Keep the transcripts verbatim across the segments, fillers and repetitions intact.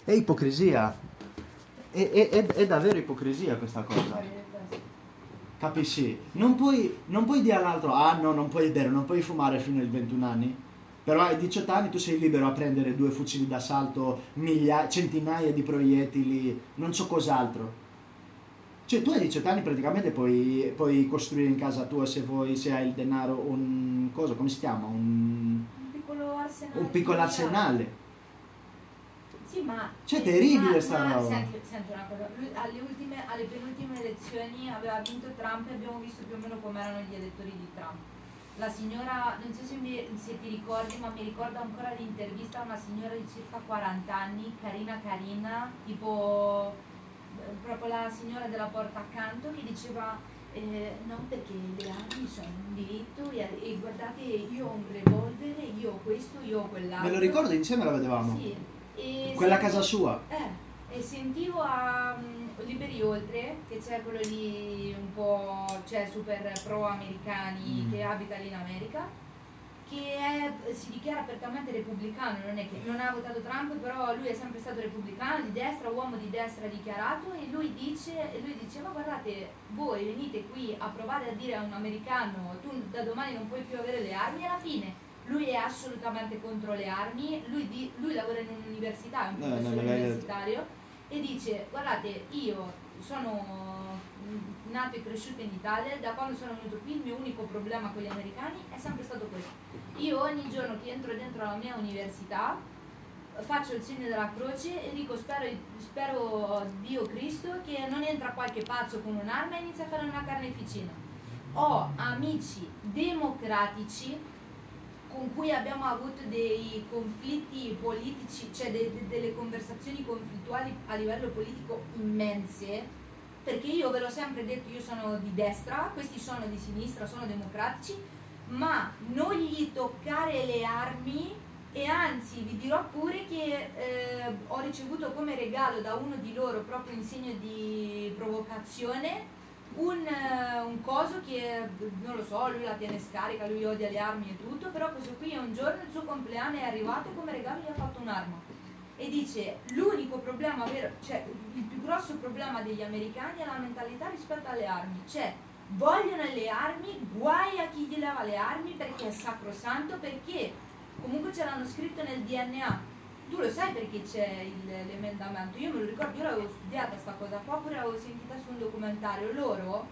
è ipocrisia, è, è, è, è davvero ipocrisia questa cosa, capisci? Non puoi, non puoi dire all'altro, ah no, non puoi bere, non puoi fumare fino ai ventuno anni, però ai diciotto anni tu sei libero a prendere due fucili d'assalto, migliaia, centinaia di proiettili, non so cos'altro. Cioè tu hai diciotto anni praticamente puoi, puoi costruire in casa tua, se vuoi, se hai il denaro, un cosa, come si chiama? Un, un piccolo arsenale. Un piccolo arsenale. Sì, ma... Cioè, terribile ma, sta ma, roba. Senti, senti una cosa, lui alle, ultime, alle penultime elezioni aveva vinto Trump e abbiamo visto più o meno come erano gli elettori di Trump. La signora, non so se, mi, se ti ricordi, ma mi ricordo ancora l'intervista a una signora di circa quaranta anni, carina carina, tipo proprio la signora della porta accanto, che diceva eh, no, perché le armi sono un diritto e, e guardate, io ho un revolver, io ho questo, io ho quell'altro. Me lo ricordo, insieme la vedevamo. Sì. E quella senti, casa sua. Eh, e sentivo a um, Liberi Oltre, che c'è quello lì un po', cioè super pro-americani, mm. che abita lì in America, che è, si dichiara apertamente repubblicano, non è che non ha votato Trump, però lui è sempre stato repubblicano, di destra, uomo di destra dichiarato, e lui dice, e lui dice ma guardate, voi venite qui a provare a dire a un americano tu da domani non puoi più avere le armi, e alla fine lui è assolutamente contro le armi, lui, di, lui lavora in un'università, è un professore no, no, universitario, e dice guardate, io sono nato e cresciuto in Italia, da quando sono venuto qui il mio unico problema con gli americani è sempre stato questo. Io ogni giorno che entro dentro la mia università faccio il segno della croce e dico spero, spero Dio Cristo che non entra qualche pazzo con un'arma e inizia a fare una carneficina. Ho amici democratici con cui abbiamo avuto dei conflitti politici, cioè de, de, delle conversazioni conflittuali a livello politico immense, perché io ve l'ho sempre detto, io sono di destra, questi sono di sinistra, sono democratici, ma non gli toccare le armi, e anzi vi dirò pure che eh, ho ricevuto come regalo da uno di loro, proprio in segno di provocazione, un, un coso che non lo so, lui la tiene scarica, lui odia le armi e tutto, però questo qui un giorno il suo compleanno è arrivato e come regalo gli ha fatto un'arma. E dice l'unico problema vero, cioè il più grosso problema degli americani è la mentalità rispetto alle armi, cioè vogliono le armi, guai a chi gli leva le armi perché è sacrosanto, perché comunque ce l'hanno scritto nel D N A. Tu lo sai perché c'è il, l'emendamento, io me lo ricordo, io l'avevo studiata sta cosa qua, pure l'avevo sentita su un documentario. Loro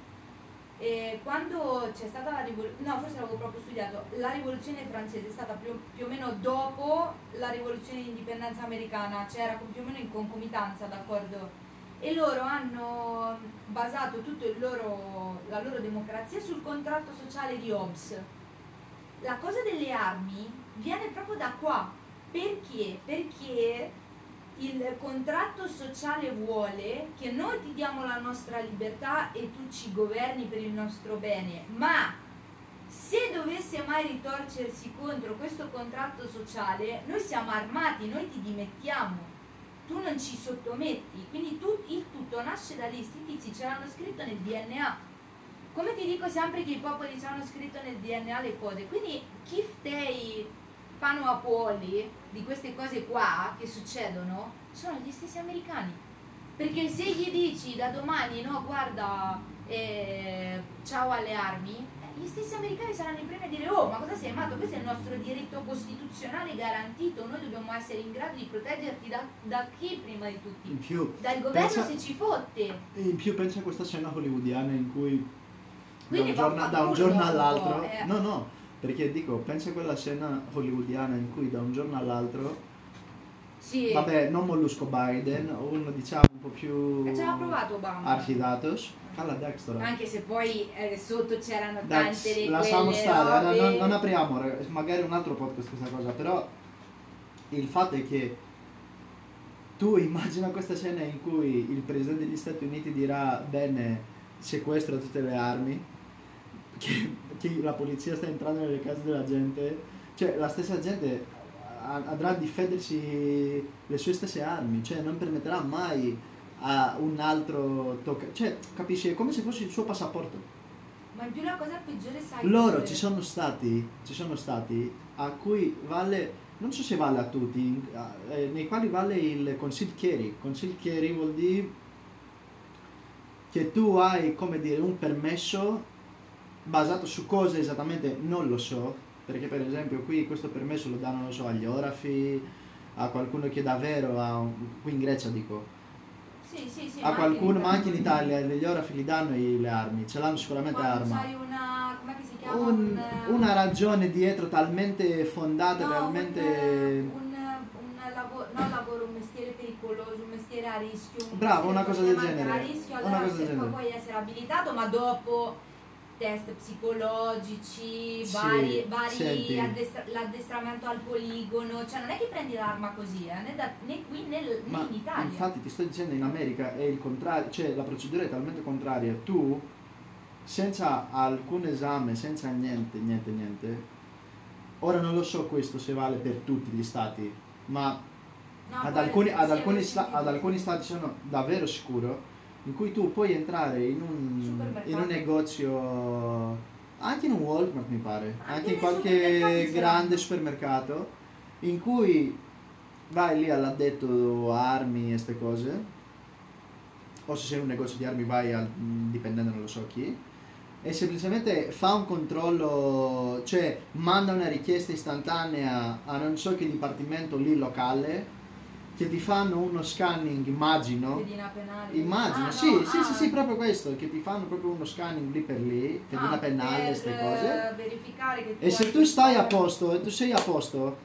e quando c'è stata la rivoluzione, no forse l'avevo proprio studiato, la rivoluzione francese è stata più, più o meno dopo la rivoluzione di indipendenza americana, cioè era più o meno in concomitanza, d'accordo? E loro hanno basato tutta la loro democrazia sul contratto sociale di Hobbes. La cosa delle armi viene proprio da qua. Perché? Perché il contratto sociale vuole che noi ti diamo la nostra libertà e tu ci governi per il nostro bene, ma se dovesse mai ritorcersi contro questo contratto sociale, noi siamo armati, noi ti dimettiamo, tu non ci sottometti, quindi tu, il tutto nasce da lì, sti tizi ce l'hanno scritto nel D N A. Come ti dico sempre che i popoli ci hanno scritto nel D N A le cose, quindi chi ftei Pano a Poli di queste cose qua che succedono sono gli stessi americani, perché se gli dici da domani no guarda eh, ciao alle armi, eh, gli stessi americani saranno i primi a dire oh ma cosa sei matto, questo è il nostro diritto costituzionale garantito, noi dobbiamo essere in grado di proteggerti da, da chi prima di tutti? In più, dal governo pensa, se ci fotte. In più pensa a questa scena hollywoodiana in cui Quindi da un giorno, da un giorno all'altro eh. no no perché dico, pensa a quella scena hollywoodiana in cui da un giorno all'altro, sì. vabbè, non Mollusco Biden, uno diciamo un po' più ci aveva provato Obama, Archidatos, Calla Dexter, anche se poi eh, sotto c'erano Dex, tante di lasciamo quelle stare, robe. non, non apriamo magari un altro podcast questa cosa, però il fatto è che tu immagina questa scena in cui il presidente degli Stati Uniti dirà bene, sequestra tutte le armi, che, che la polizia sta entrando nelle case della gente, cioè la stessa gente andrà a difendersi le sue stesse armi, cioè non permetterà mai a un altro tocca, cioè capisci, è come se fosse il suo passaporto. Ma in più la cosa peggiore sai loro che ci sono stati ci sono stati a cui vale non so se vale a tutti, eh, nei quali vale il concealed carry. Concealed carry vuol dire che tu hai, come dire, un permesso basato su cosa esattamente non lo so, perché per esempio qui questo permesso lo danno, non lo so, agli orafi, a qualcuno che davvero ha un, qui in Grecia dico, sì, sì, sì, a ma qualcuno, ma anche in Italia. Italia, gli orafi gli danno i- le armi, ce l'hanno sicuramente Quando arma. c'hai una, com'è che si chiama? Un- un, una ragione dietro talmente fondata, no, talmente... un, un, un lavoro, non lavoro, un mestiere pericoloso, un mestiere a rischio, un Bravo, una mestiere cosa del chiamata genere. a rischio, Una allora cosa del se- genere. puoi essere abilitato, ma dopo test psicologici, Sì, vari, vari senti. addestra- l'addestramento al poligono, cioè non è che prendi l'arma così, eh, né, da- né qui né, né Ma in Italia. infatti ti sto dicendo, in America è il contrario, cioè la procedura è talmente contraria. Tu, senza alcun esame, senza niente, niente, niente, ora non lo so questo se vale per tutti gli stati, ma No, ad poi alcuni, sì, ad, ho alcuni sta- sentito ad alcuni così. stati sono davvero sicuro, in cui tu puoi entrare in un, Supermercato. in un negozio, anche in un Walmart mi pare, Anche anche in nei qualche supermercati grande saranno. supermercato, in cui vai lì all'addetto armi e queste cose, o se sei in un negozio di armi vai al dipendente, non lo so chi, e semplicemente fa un controllo, cioè manda una richiesta istantanea a non so che dipartimento lì locale, che ti fanno uno scanning, immagino, Fedina penale. immagino, Ah, sì, no, sì, ah, sì, sì, proprio questo, che ti fanno proprio uno scanning lì per lì, fedina ah, penale, per, queste cose, eh, verificare che tu e se hai tu stai a questo- posto, e tu sei a posto,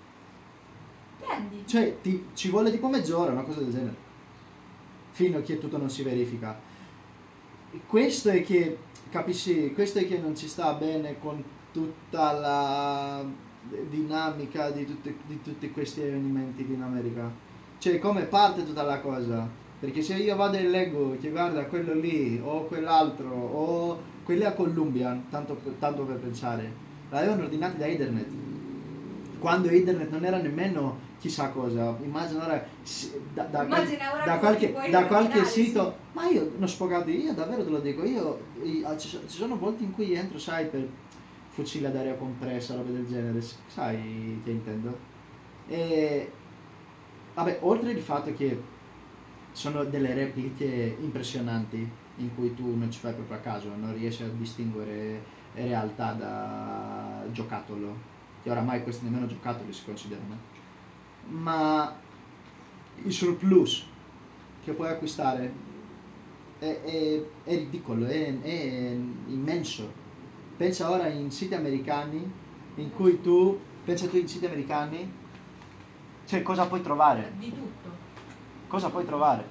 Prendi. cioè ti, ci vuole tipo mezz'ora, una cosa del genere, fino a che tutto non si verifica. Questo è che, capisci, questo è che non ci sta bene con tutta la dinamica di, tutte, di tutti questi avvenimenti in America. Cioè, come parte tutta la cosa? Perché se io vado e leggo che guarda quello lì, o quell'altro, o quelli a Columbia, tanto, per- tanto per pensare, l'avevano ordinati da internet. Quando internet non era nemmeno chissà cosa, immagino ora si- da, da, Immagina ora da come qualche, ti puoi da qualche ordinare, sito, sì. ma io non sfogato, io davvero te lo dico, io, io- ci, so- ci sono volte in cui entro, sai, per fucile ad aria compressa, robe del genere, sai che intendo? E vabbè, oltre il fatto che sono delle repliche impressionanti in cui tu non ci fai proprio a caso, non riesci a distinguere realtà da giocattolo, che oramai questi nemmeno giocattoli si considerano, ma il surplus che puoi acquistare è, è, è ridicolo, è, è immenso. Pensa ora in siti americani in cui tu, pensa tu in siti americani, cioè cosa puoi trovare? Di tutto. Cosa puoi trovare?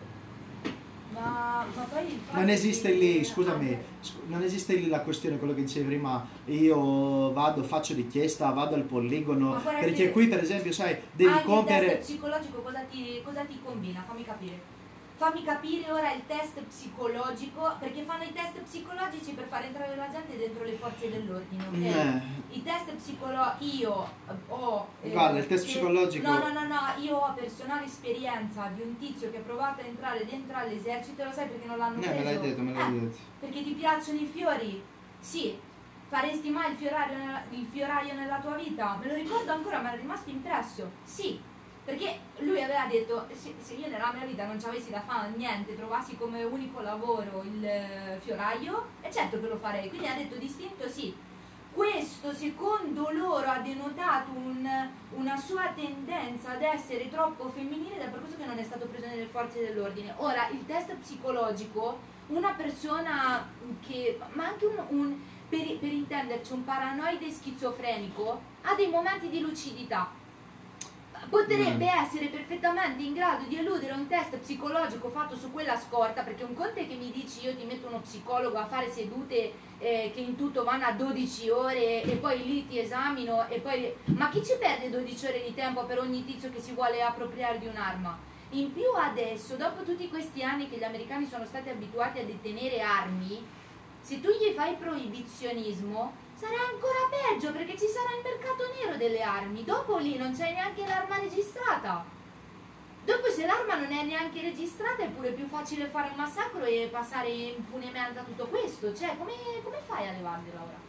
Ma, ma poi il fatto Non esiste che- lì, scusami, ah, scu- non esiste lì la questione, quello che dicevi prima, io vado, faccio richiesta, vado al poligono, Ma guarda perché che- qui per esempio, sai, devi anche il compiere... test psicologico cosa ti, cosa ti combina? Fammi capire. Fammi capire ora il test psicologico, perché fanno i test psicologici per far entrare la gente dentro le forze dell'ordine, ok? Eh, I test psicologici, io ho... eh, Guarda, il test che- psicologico- No, no, no, no, io ho personale esperienza di un tizio che ha provato a entrare dentro all'esercito, lo sai perché non l'hanno eh, preso? me l'hai detto, me l'hai Eh, detto. Perché ti piacciono i fiori? Sì. Faresti mai il fioraio, nella, il fioraio nella tua vita? Me lo ricordo ancora, mi è rimasto impresso. Sì. Perché lui aveva detto, se, se io nella mia vita non ci avessi da fare niente, trovassi come unico lavoro il eh, fioraio, è certo che lo farei. Quindi ha detto distinto sì. Questo secondo loro ha denotato un, una sua tendenza ad essere troppo femminile ed è per questo che non è stato preso nelle forze dell'ordine. Ora, il test psicologico, una persona che, ma anche un, un per, per intenderci, un paranoide schizofrenico, ha dei momenti di lucidità. Potrebbe Mm. essere perfettamente in grado di eludere un test psicologico fatto su quella scorta, perché un conto è che mi dici io ti metto uno psicologo a fare sedute eh, che in tutto vanno a dodici ore e poi lì ti esamino e poi... Ma chi ci perde dodici ore di tempo per ogni tizio che si vuole appropriare di un'arma? In più adesso, dopo tutti questi anni che gli americani sono stati abituati a detenere armi, se tu gli fai proibizionismo sarà ancora peggio perché ci sarà il mercato nero delle armi. Dopo lì non c'è neanche l'arma registrata. Dopo se l'arma non è neanche registrata è pure più facile fare un massacro e passare impunemente a tutto questo. Cioè come, come fai a levargliela ora?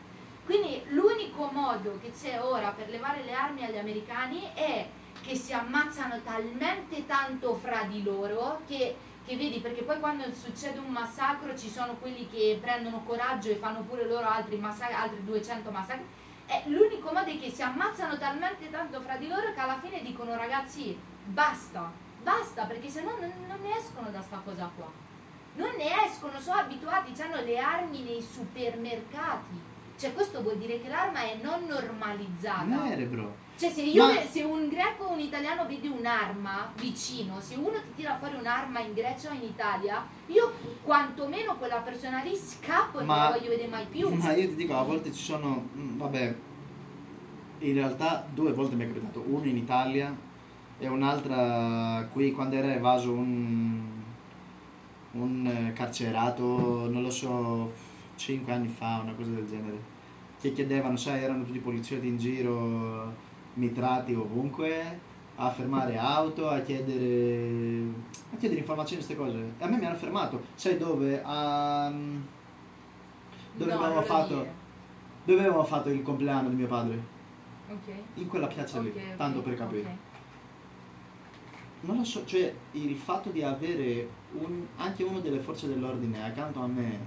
Quindi l'unico modo che c'è ora per levare le armi agli americani è che si ammazzano talmente tanto fra di loro che, che vedi, perché poi quando succede un massacro ci sono quelli che prendono coraggio e fanno pure loro altri, massacri, altri duecento massacri. E l'unico modo è che si ammazzano talmente tanto fra di loro che alla fine dicono ragazzi basta, basta, perché sennò non, non ne escono da sta cosa qua. Non ne escono, sono abituati, hanno le armi nei supermercati. Cioè questo vuol dire che l'arma è non normalizzata. Cerebro. Cioè se, io, Ma- se un greco o un italiano vede un'arma vicino, se uno ti tira fuori un'arma in Grecia o in Italia, io quantomeno quella persona lì scappo e non Ma- la voglio vedere mai più. Ma io ti dico, a volte ci sono, mm, vabbè, in realtà due volte mi è capitato, uno in Italia e un'altra qui quando era evaso un, un eh, carcerato, non lo so, cinque anni fa, una cosa del genere, che chiedevano, sai, erano tutti poliziotti in giro, mitrati ovunque, a fermare auto, a chiedere, a chiedere informazioni, queste cose. E a me mi hanno fermato, sai dove? A, dove No, abbiamo non lo fatto... dire. Dove avevamo fatto il compleanno di mio padre? Ok. In quella piazza lì, Ok, ok, tanto per capire. ok. Non lo so, cioè il fatto di avere un, anche uno delle forze dell'ordine accanto a me,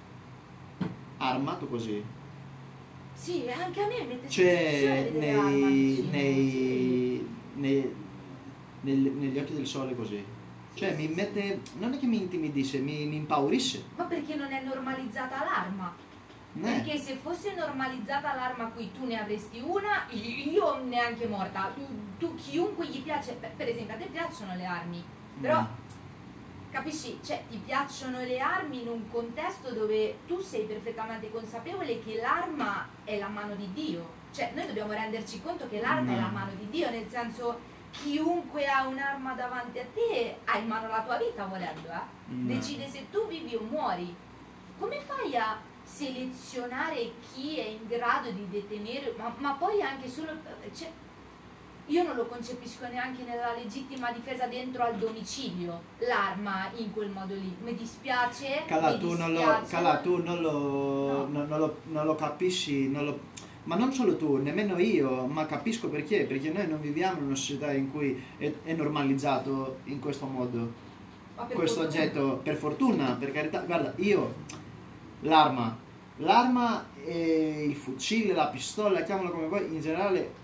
armato così, Sì, anche a me mette cioè sensazione vedere l'arma nei, vicino, nei, sì. nei- nel- negli occhi del sole così, cioè Sì, mi sì, mette, non è che mi intimidisce, mi, mi impaurisce. Ma perché non è normalizzata l'arma? Né? Perché se fosse normalizzata l'arma a cui tu ne avresti una, io neanche morta. Tu, tu chiunque gli piace, per, per esempio a te piacciono le armi, però Mm. capisci, cioè ti piacciono le armi in un contesto dove tu sei perfettamente consapevole che l'arma è la mano di Dio. Cioè noi dobbiamo renderci conto che l'arma No. è la mano di Dio, nel senso chiunque ha un'arma davanti a te ha in mano la tua vita volendo, eh? No. Decide se tu vivi o muori. Come fai a selezionare chi è in grado di detenere, ma, ma poi anche solo, cioè, io non lo concepisco neanche nella legittima difesa dentro al domicilio, l'arma in quel modo lì, mi dispiace, Cala, mi tu non lo, dispiace, Cala, tu non lo, No. non, non lo, non lo capisci, non lo, ma non solo tu, nemmeno io, ma capisco perché, perché noi non viviamo in una società in cui è, è normalizzato in questo modo, ma per questo fortuna. oggetto, per fortuna, per carità, guarda, io, l'arma, l'arma e il fucile, la pistola, chiamalo come vuoi, in generale,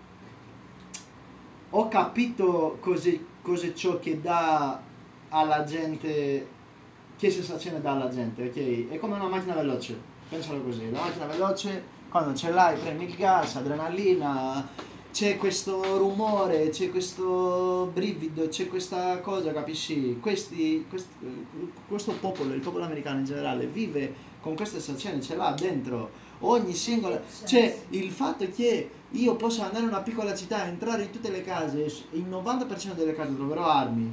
ho capito cos'è, cos'è ciò che dà alla gente, che sensazione dà alla gente, ok? È come una macchina veloce, pensalo così, la macchina veloce, quando ce l'hai premi il gas, adrenalina, c'è questo rumore, c'è questo brivido, c'è questa cosa, capisci? Questi, quest- questo popolo, il popolo americano in generale, vive con questa sensazione, ce l'ha dentro, ogni singola... Cioè, il fatto che io possa andare in una piccola città, entrare in tutte le case, il novanta per cento delle case troverò armi.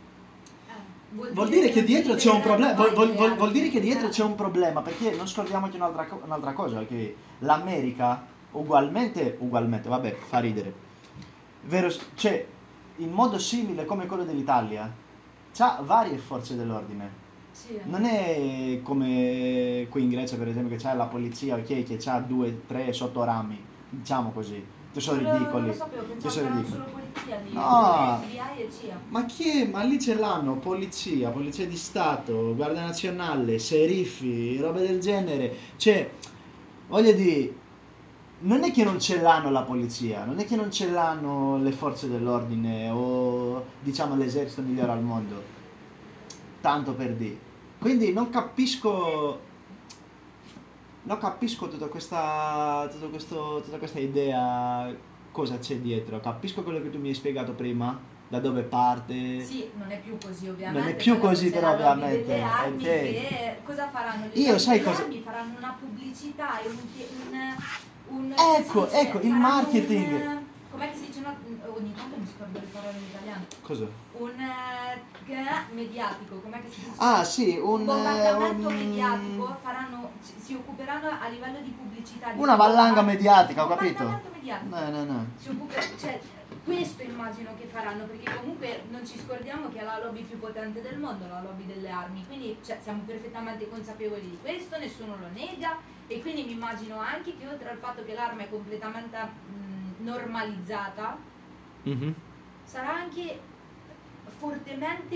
Eh, Vuol dire che non dietro si c'è un liberano problema, vuol, mai vuol- le vuol- armi. vuol dire che dietro Eh. c'è un problema, perché non scordiamoci un'altra, co- un'altra cosa, che l'America ugualmente, ugualmente, vabbè, fa ridere, vero, cioè, in modo simile come quello dell'Italia, c'ha varie forze dell'ordine. Sì. Non è come qui in Grecia, per esempio, che c'è la polizia, ok, che c'ha due, tre sottorami, diciamo così, che sono Non lo- ridicoli. Non lo sapevo, che pensavo sono che erano ridicoli. solo polizia lì, No. F B I e C I A. Ma che? Ma lì ce l'hanno, polizia, polizia di Stato, Guardia Nazionale, seriffi, robe del genere. Cioè, voglio dire, non è che non ce l'hanno la polizia, non è che non ce l'hanno le forze dell'ordine o diciamo l'esercito migliore al mondo. Tanto per dire. Quindi non capisco non capisco tutta questa tutto questo, tutta questa idea, cosa c'è dietro. Capisco quello che tu mi hai spiegato prima, da dove parte. Sì, non è più così ovviamente. Non è più però così, c'è però, la lobby ovviamente, delle armi ok. che cosa faranno? Le Io lobby sai delle cosa- armi faranno una pubblicità e un, un, un Ecco, come si dice? ecco, il Faranno marketing. Un, com'è che si dice? No, ogni tanto mi scordo le parole in italiano. Cosa? Un eh, g- mediatico, com'è che si dice? Ah, sì, un, un bombardamento un- mediatico, faranno, si si occuperanno a livello di pubblicità. di Una valanga bombardamento- mediatica, ho capito? bombardamento mediatico. No, no, no. Si occupa- cioè, questo immagino che faranno, perché comunque non ci scordiamo che è la lobby più potente del mondo, la lobby delle armi, quindi cioè, siamo perfettamente consapevoli di questo, nessuno lo nega E quindi mi immagino anche che oltre al fatto che l'arma è completamente mh, normalizzata, Mhm. sarà anche fortemente